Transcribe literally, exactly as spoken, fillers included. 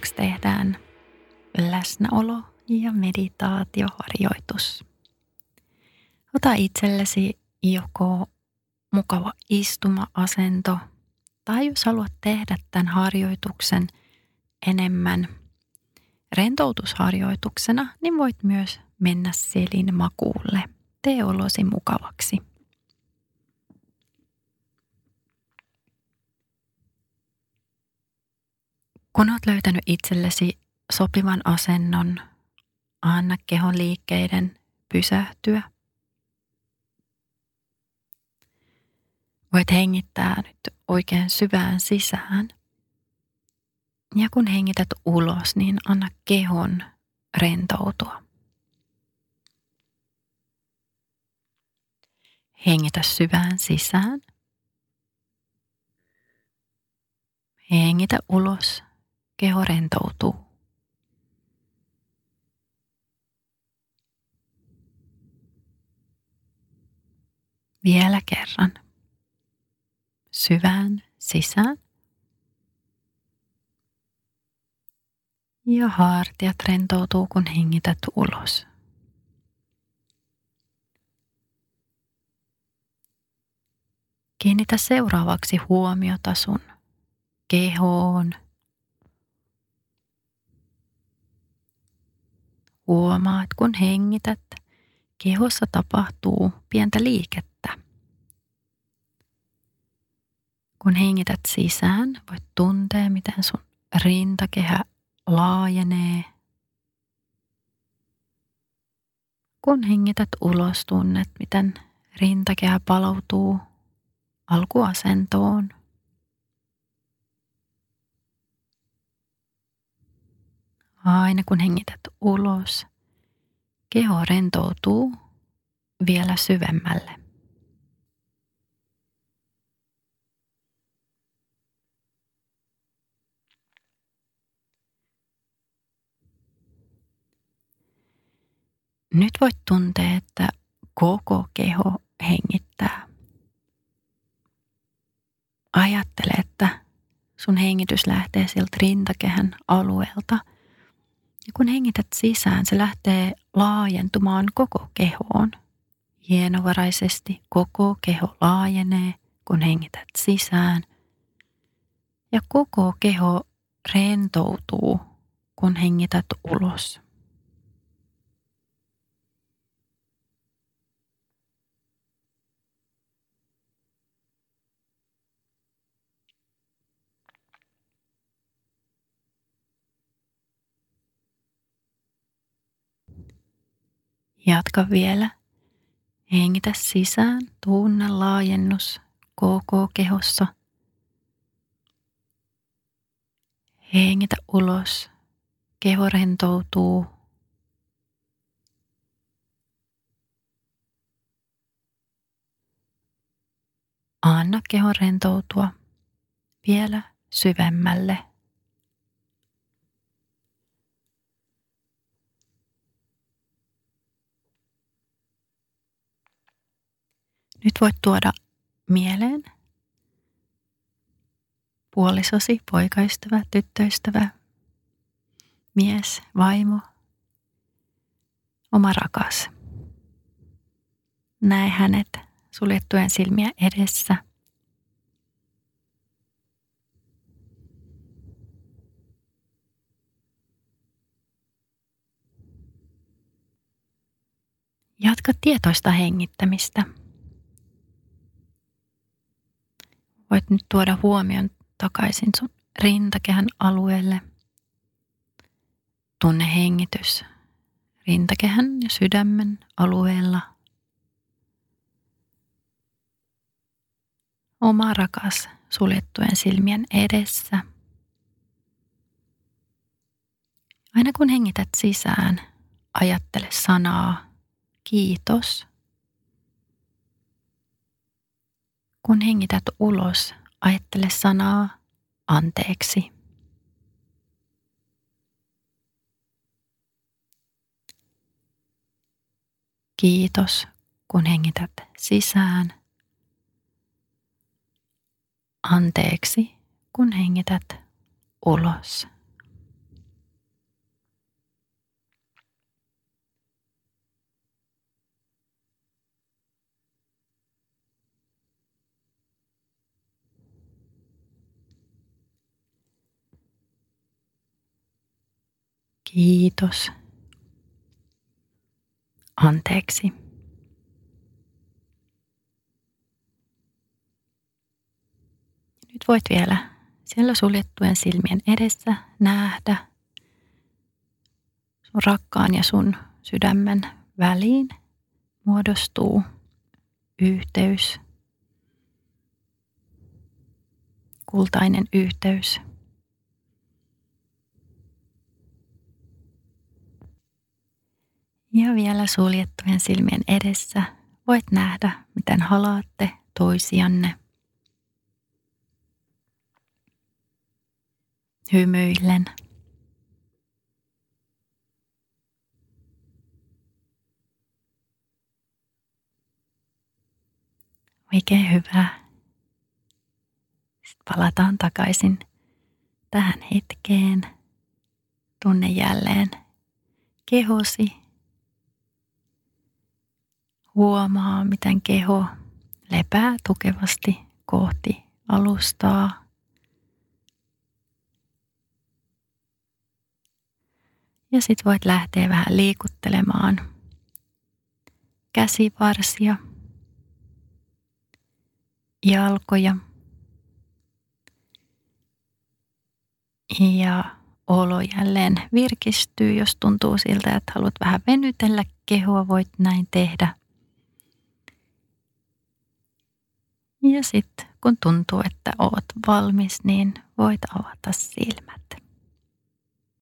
Seuraavaksi tehdään läsnäolo- ja meditaatioharjoitus. Ota itsellesi joko mukava istuma-asento, tai jos haluat tehdä tämän harjoituksen enemmän rentoutusharjoituksena, niin voit myös mennä selin makuulle. Tee olosi mukavaksi. Kun olet löytänyt itsellesi sopivan asennon, anna kehon liikkeiden pysähtyä. Voit hengittää nyt oikein syvään sisään. Ja kun hengität ulos, niin anna kehon rentoutua. Hengitä syvään sisään. Hengitä ulos. Keho rentoutuu. Vielä kerran. Syvään sisään. Ja hartiat rentoutuu, kun hengität ulos. Kiinnitä seuraavaksi huomiota sun kehoon. Huomaat, kun hengität, kehossa tapahtuu pientä liikettä. Kun hengität sisään, voit tuntea, miten sun rintakehä laajenee. Kun hengität ulos, tunnet, miten rintakehä palautuu alkuasentoon. Aina kun hengität ulos, keho rentoutuu vielä syvemmälle. Nyt voit tuntea, että koko keho hengittää. Ajattele, että sun hengitys lähtee sieltä rintakehän alueelta. Ja kun hengität sisään, se lähtee laajentumaan koko kehoon. Hienovaraisesti koko keho laajenee, kun hengität sisään. Ja koko keho rentoutuu, kun hengität ulos. Jatka vielä. Hengitä sisään, tunne laajennus koko kehossa. Hengitä ulos, keho rentoutuu. Anna kehon rentoutua vielä syvemmälle. Nyt voit tuoda mieleen puolisosi, poikaystävä, tyttöystävä, mies, vaimo, oma rakas. Näe hänet suljettujen silmiä edessä. Jatka tietoista hengittämistä. Voit nyt tuoda huomion takaisin sun rintakehän alueelle. Tunne hengitys rintakehän ja sydämen alueella. Oma rakas suljettujen silmien edessä. Aina kun hengität sisään, ajattele sanaa kiitos. Kun hengität ulos, ajattele sanaa anteeksi. Kiitos, kun hengität sisään. Anteeksi, kun hengität ulos. Kiitos. Anteeksi. Nyt voit vielä siellä suljettujen silmien edessä nähdä sun rakkaan ja sun sydämen väliin muodostuu yhteys, kultainen yhteys. Ja vielä suljettujen silmien edessä voit nähdä, miten halaatte toisianne hymyillen. Oikein hyvä. Sitten palataan takaisin tähän hetkeen. Tunne jälleen kehosi. Huomaa, miten keho lepää tukevasti kohti alustaa. Ja sit voit lähteä vähän liikuttelemaan käsivarsia, jalkoja ja olo jälleen virkistyy. Jos tuntuu siltä, että haluat vähän venytellä kehoa, voit näin tehdä. Ja sitten kun tuntuu, että oot valmis, niin voit avata silmät.